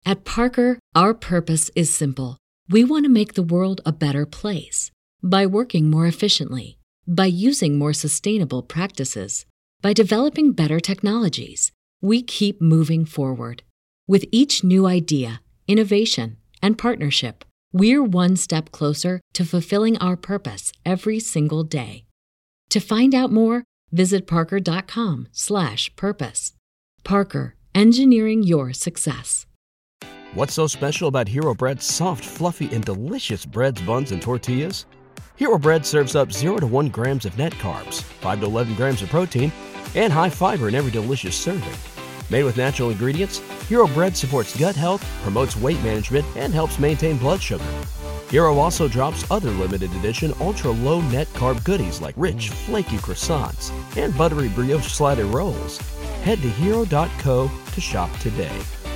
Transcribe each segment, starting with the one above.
At Parker, our purpose is simple. We want to make the world a better place by working more efficiently, by using more sustainable practices, by developing better technologies. We keep moving forward. With each new idea, innovation, and partnership, we're one step closer to fulfilling our purpose every single day. To find out more, visit parker.com/purpose. Parker, engineering your success. What's so special about Hero Bread's soft, fluffy, and delicious breads, buns, and tortillas? Hero Bread serves up 0 to 1 grams of net carbs, 5 to 11 grams of protein, and high fiber in every delicious serving. Made with natural ingredients, Hero Bread supports gut health, promotes weight management, and helps maintain blood sugar. Hero also drops other limited edition ultra-low net carb goodies like rich, flaky croissants and buttery brioche slider rolls. Head to hero.co to shop today.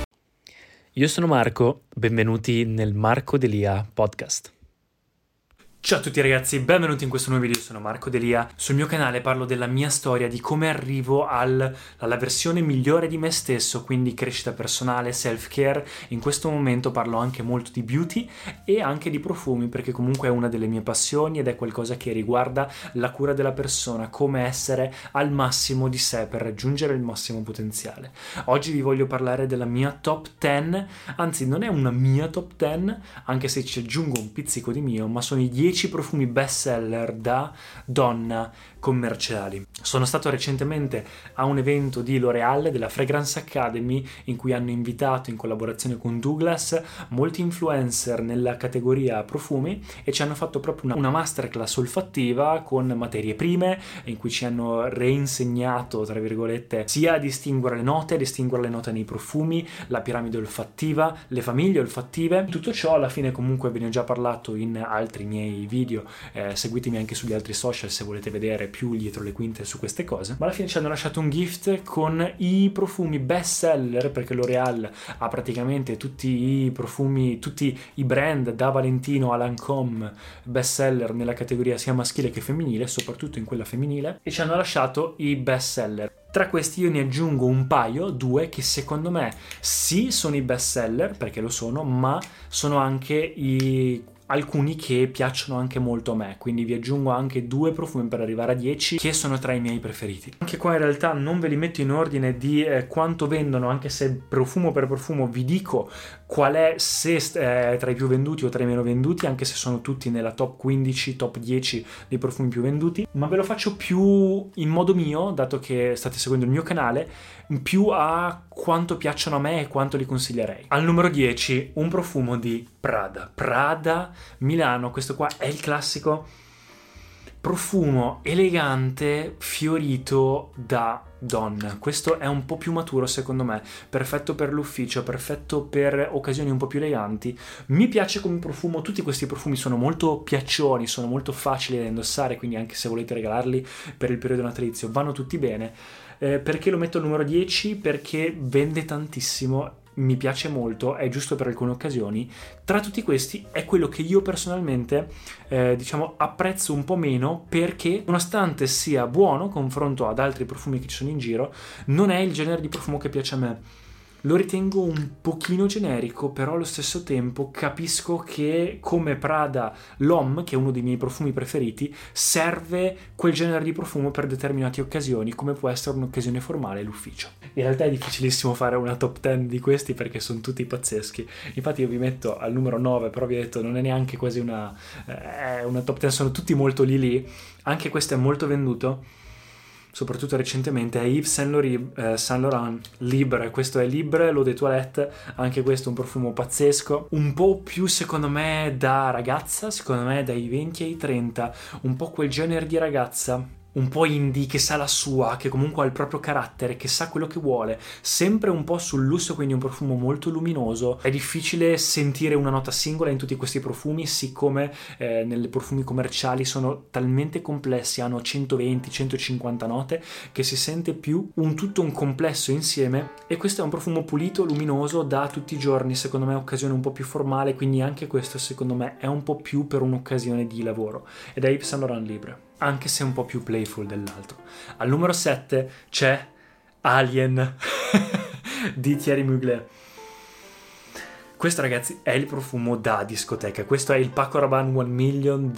Io sono Marco, benvenuti nel Marco Delia podcast. Ciao a tutti ragazzi, benvenuti in questo nuovo video, sono Marco Delia. Sul mio canale parlo della mia storia, di come arrivo alla versione migliore di me stesso, quindi crescita personale, self-care. In questo momento parlo anche molto di beauty e anche di profumi, perché comunque è una delle mie passioni ed è qualcosa che riguarda la cura della persona, come essere al massimo di sé per raggiungere il massimo potenziale. Oggi vi voglio parlare della mia top 10, anzi non è una mia top 10, anche se ci aggiungo un pizzico di mio, ma sono i 10 profumi best seller da donna commerciali. Sono stato recentemente a un evento di L'Oréal, della Fragrance Academy, in cui hanno invitato, in collaborazione con Douglas, molti influencer nella categoria profumi e ci hanno fatto proprio una masterclass olfattiva con materie prime, in cui ci hanno reinsegnato, tra virgolette, sia a distinguere le note nei profumi, la piramide olfattiva, le famiglie olfattive. Tutto ciò alla fine comunque ve ne ho già parlato in altri miei video, seguitemi anche sugli altri social se volete vedere più dietro le quinte su queste cose. Ma alla fine ci hanno lasciato un gift con i profumi best seller, perché L'Oréal ha praticamente tutti i profumi, tutti i brand da Valentino a Lancôme best seller nella categoria sia maschile che femminile, soprattutto in quella femminile, e ci hanno lasciato i best seller. Tra questi io ne aggiungo un paio, 2, che secondo me sì sono i best seller, perché lo sono, ma sono anche alcuni che piacciono anche molto a me, quindi vi aggiungo anche 2 profumi per arrivare a 10 che sono tra i miei preferiti. Anche qua in realtà non ve li metto in ordine di quanto vendono, anche se profumo per profumo vi dico qual è, se tra i più venduti o tra i meno venduti, anche se sono tutti nella top 15, top 10 dei profumi più venduti, ma ve lo faccio più in modo mio, dato che state seguendo il mio canale, più a quanto piacciono a me e quanto li consiglierei. Al numero 10 un profumo di Prada Milano. Questo qua è il classico profumo elegante fiorito da donna. Questo è un po' più maturo secondo me, perfetto per l'ufficio, perfetto per occasioni un po' più eleganti. Mi piace come profumo, tutti questi profumi sono molto piaccioni, sono molto facili da indossare, quindi anche se volete regalarli per il periodo natalizio vanno tutti bene. Perché lo metto al numero 10? Perché vende tantissimo, mi piace molto, è giusto per alcune occasioni. Tra tutti questi è quello che io personalmente apprezzo un po' meno, perché nonostante sia buono confronto ad altri profumi che ci sono in giro, non è il genere di profumo che piace a me. Lo ritengo un pochino generico, però allo stesso tempo capisco che come Prada L'Homme, che è uno dei miei profumi preferiti, serve quel genere di profumo per determinate occasioni, come può essere un'occasione formale l'ufficio. In realtà è difficilissimo fare una top 10 di questi perché sono tutti pazzeschi. Infatti io vi metto al numero 9, però vi ho detto non è neanche quasi una top 10, sono tutti molto lì. Anche questo è molto venduto, soprattutto recentemente, è Yves Saint Laurent Libre. Questo è Libre L'Eau de Toilette, anche questo è un profumo pazzesco, un po' più secondo me da ragazza, secondo me dai 20 ai 30, un po' quel genere di ragazza un po' indie, che sa la sua, che comunque ha il proprio carattere, che sa quello che vuole, sempre un po' sul lusso, quindi un profumo molto luminoso. È difficile sentire una nota singola in tutti questi profumi, siccome nelle profumi commerciali sono talmente complessi, hanno 120-150 note, che si sente più un complesso insieme. E questo è un profumo pulito, luminoso, da tutti i giorni, secondo me occasione un po' più formale, quindi anche questo secondo me è un po' più per un'occasione di lavoro, ed è Yves Saint Laurent Libre, anche se un po' più playful dell'altro. Al numero 7 c'è Alien di Thierry Mugler. Questo, ragazzi, è il profumo da discoteca. Questo è il Paco Rabanne 1 Million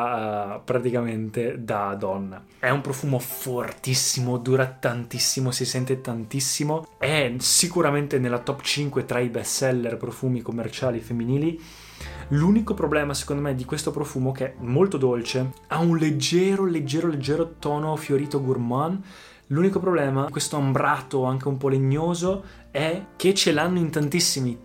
praticamente da donna. È un profumo fortissimo, dura tantissimo, si sente tantissimo. È sicuramente nella top 5 tra i best seller profumi commerciali femminili. L'unico problema secondo me di questo profumo, che è molto dolce, ha un leggero tono fiorito gourmand. L'unico problema, questo ambrato anche un po' legnoso, è che ce l'hanno in tantissimi,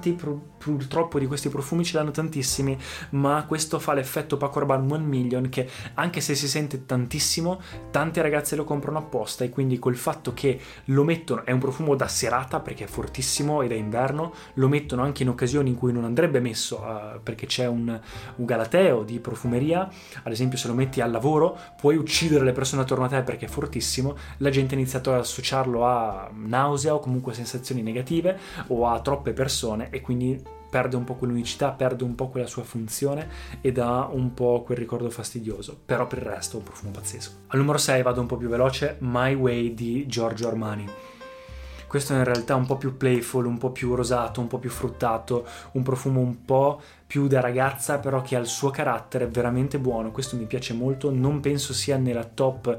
purtroppo di questi profumi ce l'hanno tantissimi, ma questo fa l'effetto Paco Rabanne 1 Million, che anche se si sente tantissimo, tante ragazze lo comprano apposta, e quindi col fatto che lo mettono, è un profumo da serata perché è fortissimo ed è inverno, lo mettono anche in occasioni in cui non andrebbe messo, perché c'è un galateo di profumeria, ad esempio se lo metti al lavoro puoi uccidere le persone attorno a te perché è fortissimo. La gente ha iniziato ad associarlo a nausea o comunque sensazioni negative o a troppe persone, e quindi perde un po' quell'unicità, perde un po' quella sua funzione ed ha un po' quel ricordo fastidioso. Però per il resto è un profumo pazzesco. Al numero 6 vado un po' più veloce, My Way di Giorgio Armani. Questo è in realtà un po' più playful, un po' più rosato, un po' più fruttato, un profumo un po' più da ragazza, però che ha il suo carattere veramente buono. Questo mi piace molto, non penso sia nella top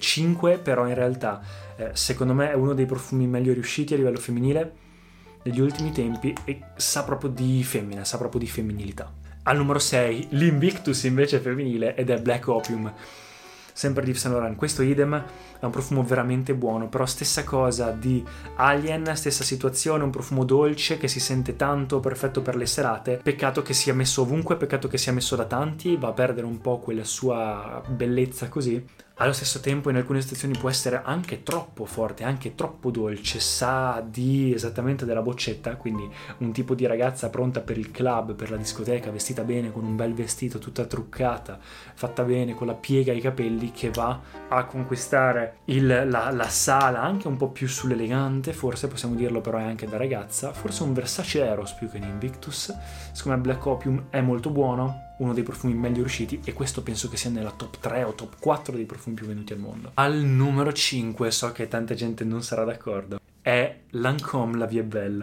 5, però in realtà secondo me è uno dei profumi meglio riusciti a livello femminile negli ultimi tempi, e sa proprio di femmina, sa proprio di femminilità. Al numero 6 l'Invictus invece è femminile ed è Black Opium, sempre di Yves Saint Laurent. Questo idem è un profumo veramente buono, però stessa cosa di Alien, stessa situazione, un profumo dolce che si sente tanto, perfetto per le serate. Peccato che sia messo ovunque, peccato che sia messo da tanti, va a perdere un po' quella sua bellezza così. Allo stesso tempo in alcune situazioni può essere anche troppo forte, anche troppo dolce, sa di esattamente della boccetta, quindi un tipo di ragazza pronta per il club, per la discoteca, vestita bene, con un bel vestito, tutta truccata, fatta bene, con la piega ai capelli, che va a conquistare la sala anche un po' più sull'elegante, forse possiamo dirlo, però è anche da ragazza, forse un Versace Eros più che un Invictus. Secondo me Black Opium è molto buono, uno dei profumi meglio riusciti, e questo penso che sia nella top 3 o top 4 dei profumi più venuti al mondo. Al numero 5, so che tanta gente non sarà d'accordo, è Lancôme La Vie Belle.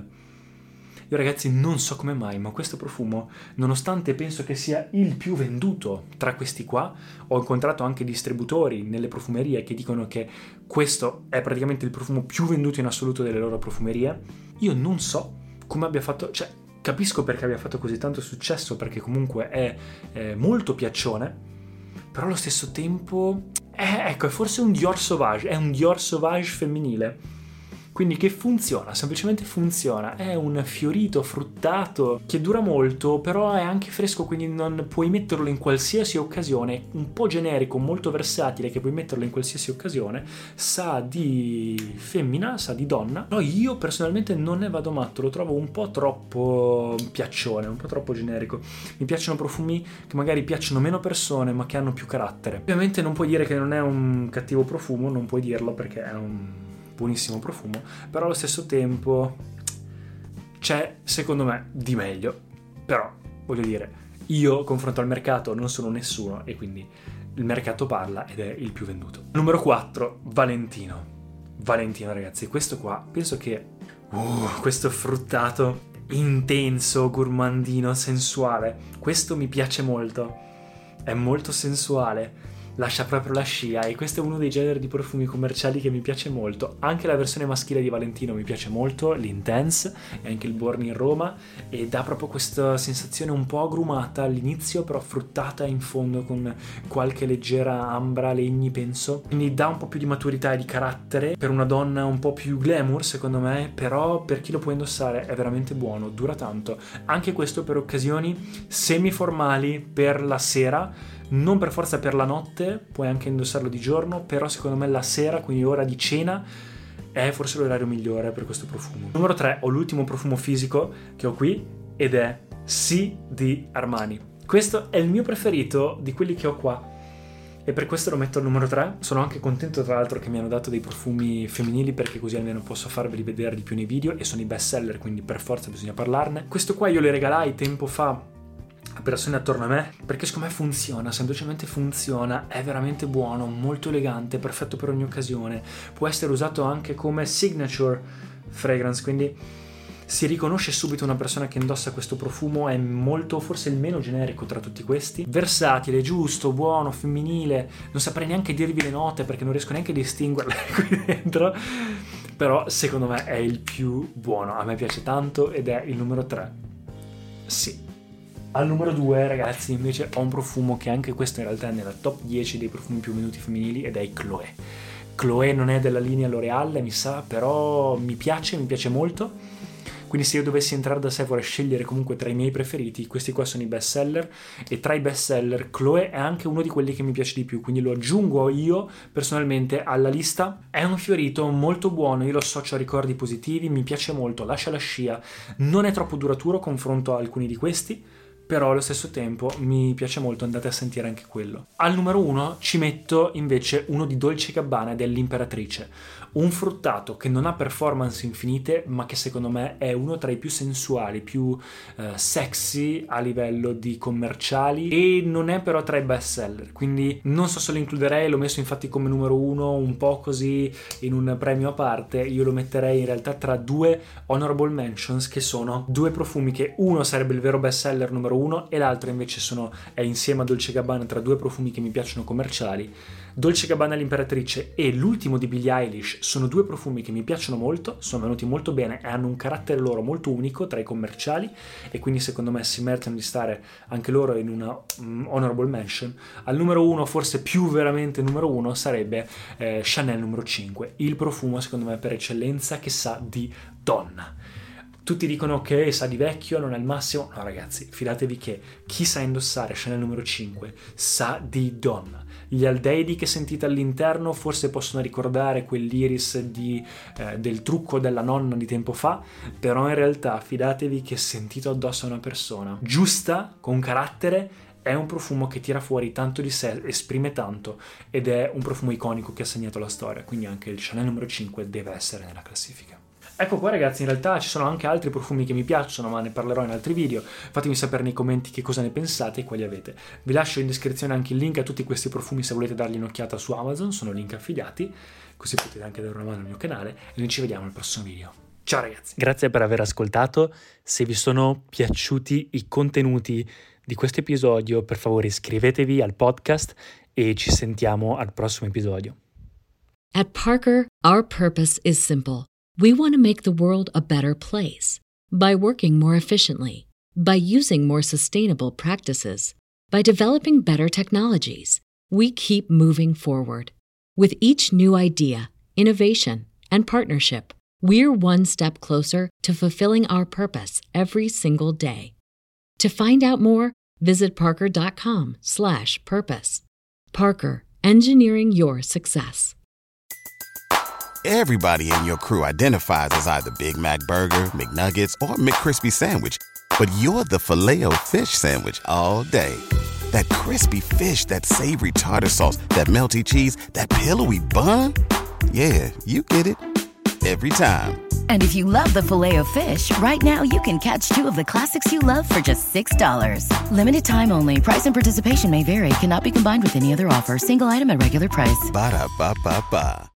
Io, ragazzi, non so come mai, ma questo profumo, nonostante penso che sia il più venduto tra questi qua, ho incontrato anche distributori nelle profumerie che dicono che questo è praticamente il profumo più venduto in assoluto delle loro profumerie. Io non so come abbia fatto, cioè capisco perché abbia fatto così tanto successo, perché comunque è molto piaccione, però allo stesso tempo è forse un Dior Sauvage, è un Dior Sauvage femminile. Quindi che funziona, semplicemente funziona, è un fiorito fruttato che dura molto, però è anche fresco, quindi non puoi metterlo in qualsiasi occasione, un po' generico, molto versatile, che puoi metterlo in qualsiasi occasione, sa di femmina, sa di donna, però io personalmente non ne vado matto, lo trovo un po' troppo piaccione, un po' troppo generico. Mi piacciono profumi che magari piacciono meno persone, ma che hanno più carattere. Ovviamente non puoi dire che non è un cattivo profumo, non puoi dirlo perché è un buonissimo profumo, però allo stesso tempo c'è secondo me di meglio. Però voglio dire, io confronto al mercato non sono nessuno, e quindi il mercato parla ed è il più venduto. Numero 4, Valentino, ragazzi, questo qua penso che questo fruttato intenso, gourmandino, sensuale, questo mi piace molto, è molto sensuale, lascia proprio la scia, e questo è uno dei generi di profumi commerciali che mi piace molto. Anche la versione maschile di Valentino mi piace molto, l'Intense, e anche il Born in Roma, e dà proprio questa sensazione un po' agrumata all'inizio, però fruttata in fondo con qualche leggera ambra, legni penso, quindi dà un po' più di maturità e di carattere per una donna un po' più glamour secondo me, però per chi lo può indossare è veramente buono, dura tanto. Anche questo per occasioni semiformali, per la sera, non per forza per la notte, puoi anche indossarlo di giorno, però secondo me la sera, quindi ora di cena, è forse l'orario migliore per questo profumo. Numero 3, ho l'ultimo profumo fisico che ho qui, ed è Sì di Armani. Questo è il mio preferito di quelli che ho qua, e per questo lo metto al numero 3. Sono anche contento tra l'altro che mi hanno dato dei profumi femminili, perché così almeno posso farveli vedere di più nei video, e sono i best seller, quindi per forza bisogna parlarne. Questo qua io le regalai tempo fa a persone attorno a me, perché secondo me funziona, semplicemente funziona, è veramente buono, molto elegante, perfetto per ogni occasione, può essere usato anche come signature fragrance, quindi Si riconosce subito una persona che indossa questo profumo, è molto, forse il meno generico tra tutti questi, versatile, giusto, buono, femminile, non saprei neanche dirvi le note perché non riesco neanche a distinguerle qui dentro, però secondo me è il più buono, a me piace tanto ed è il numero 3. Sì. Al numero 2, ragazzi, invece ho un profumo che anche questo in realtà è nella top 10 dei profumi più venuti femminili ed è Chloé. Chloé non è della linea L'Oréal, mi sa, però mi piace molto. Quindi se io dovessi entrare da Sephora e scegliere comunque tra i miei preferiti, questi qua sono i best seller, e tra i best seller Chloé è anche uno di quelli che mi piace di più, quindi lo aggiungo io personalmente alla lista. È un fiorito molto buono, io lo associo a ricordi positivi, mi piace molto, lascia la scia, non è troppo duraturo confronto a alcuni di questi, però allo stesso tempo mi piace molto, andate a sentire anche quello. Al numero 1 ci metto invece uno di Dolce & Gabbana dell'Imperatrice, un fruttato che non ha performance infinite ma che secondo me è uno tra i più sensuali, più sexy a livello di commerciali, e non è però tra i best seller, quindi non so se lo includerei, l'ho messo infatti come numero 1 un po' così in un premio a parte. Io lo metterei in realtà tra due honorable mentions, che sono due profumi che uno sarebbe il vero best seller numero 1 e l'altro invece è insieme a Dolce & Gabbana tra due profumi che mi piacciono commerciali. Dolce & Gabbana l'Imperatrice e l'ultimo di Billie Eilish sono due profumi che mi piacciono molto, sono venuti molto bene e hanno un carattere loro molto unico tra i commerciali, e quindi secondo me si meritano di stare anche loro in una honorable mention. Al numero 1, forse più veramente numero 1, sarebbe Chanel numero 5, il profumo secondo me per eccellenza che sa di donna. Tutti dicono che sa di vecchio, non è il massimo. No ragazzi, fidatevi che chi sa indossare Chanel numero 5 sa di donna. Gli aldeidi che sentite all'interno forse possono ricordare quell'iris del trucco della nonna di tempo fa, però in realtà fidatevi che sentito addosso a una persona giusta, con carattere, è un profumo che tira fuori tanto di sé, esprime tanto, ed è un profumo iconico che ha segnato la storia, quindi anche il Chanel numero 5 deve essere nella classifica. Ecco qua ragazzi, in realtà ci sono anche altri profumi che mi piacciono, ma ne parlerò in altri video. Fatemi sapere nei commenti che cosa ne pensate e quali avete. Vi lascio in descrizione anche il link a tutti questi profumi se volete dargli un'occhiata su Amazon, sono link affiliati, così potete anche dare una mano al mio canale e noi ci vediamo al prossimo video. Ciao ragazzi! Grazie per aver ascoltato, se vi sono piaciuti i contenuti di questo episodio per favore iscrivetevi al podcast e ci sentiamo al prossimo episodio. At Parker, our purpose is simple. We want to make the world a better place by working more efficiently, by using more sustainable practices, by developing better technologies. We keep moving forward. With each new idea, innovation, and partnership, we're one step closer to fulfilling our purpose every single day. To find out more, visit parker.com/purpose. Parker, engineering your success. Everybody in your crew identifies as either Big Mac Burger, McNuggets, or McCrispy Sandwich. But you're the Filet-O-Fish Sandwich all day. That crispy fish, that savory tartar sauce, that melty cheese, that pillowy bun. Yeah, you get it. Every time. And if you love the Filet-O-Fish, right now you can catch two of the classics you love for just $6. Limited time only. Price and participation may vary. Cannot be combined with any other offer. Single item at regular price. Ba-da-ba-ba-ba.